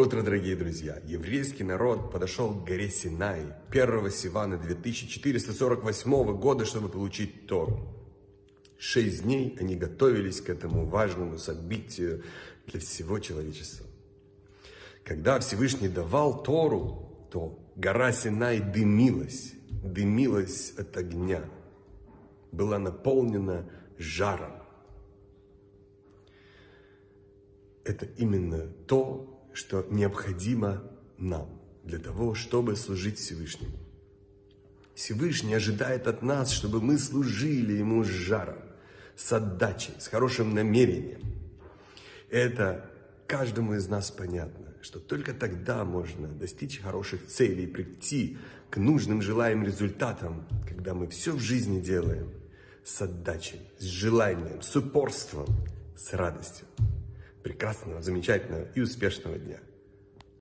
Доброе утро, дорогие друзья! Еврейский народ подошел к горе Синай 1 Сивана 2448 года, чтобы получить Тору. 6 дней они готовились к этому важному событию для всего человечества. Когда Всевышний давал Тору, то гора Синай дымилась от огня, была наполнена жаром. Это именно то, что необходимо нам для того, чтобы служить Всевышнему. Всевышний ожидает от нас, чтобы мы служили Ему с жаром, с отдачей, с хорошим намерением. Это каждому из нас понятно, что только тогда можно достичь хороших целей, прийти к нужным желаемым результатам, когда мы все в жизни делаем с отдачей, с желанием, с упорством, с радостью. Прекрасного, замечательного и успешного дня!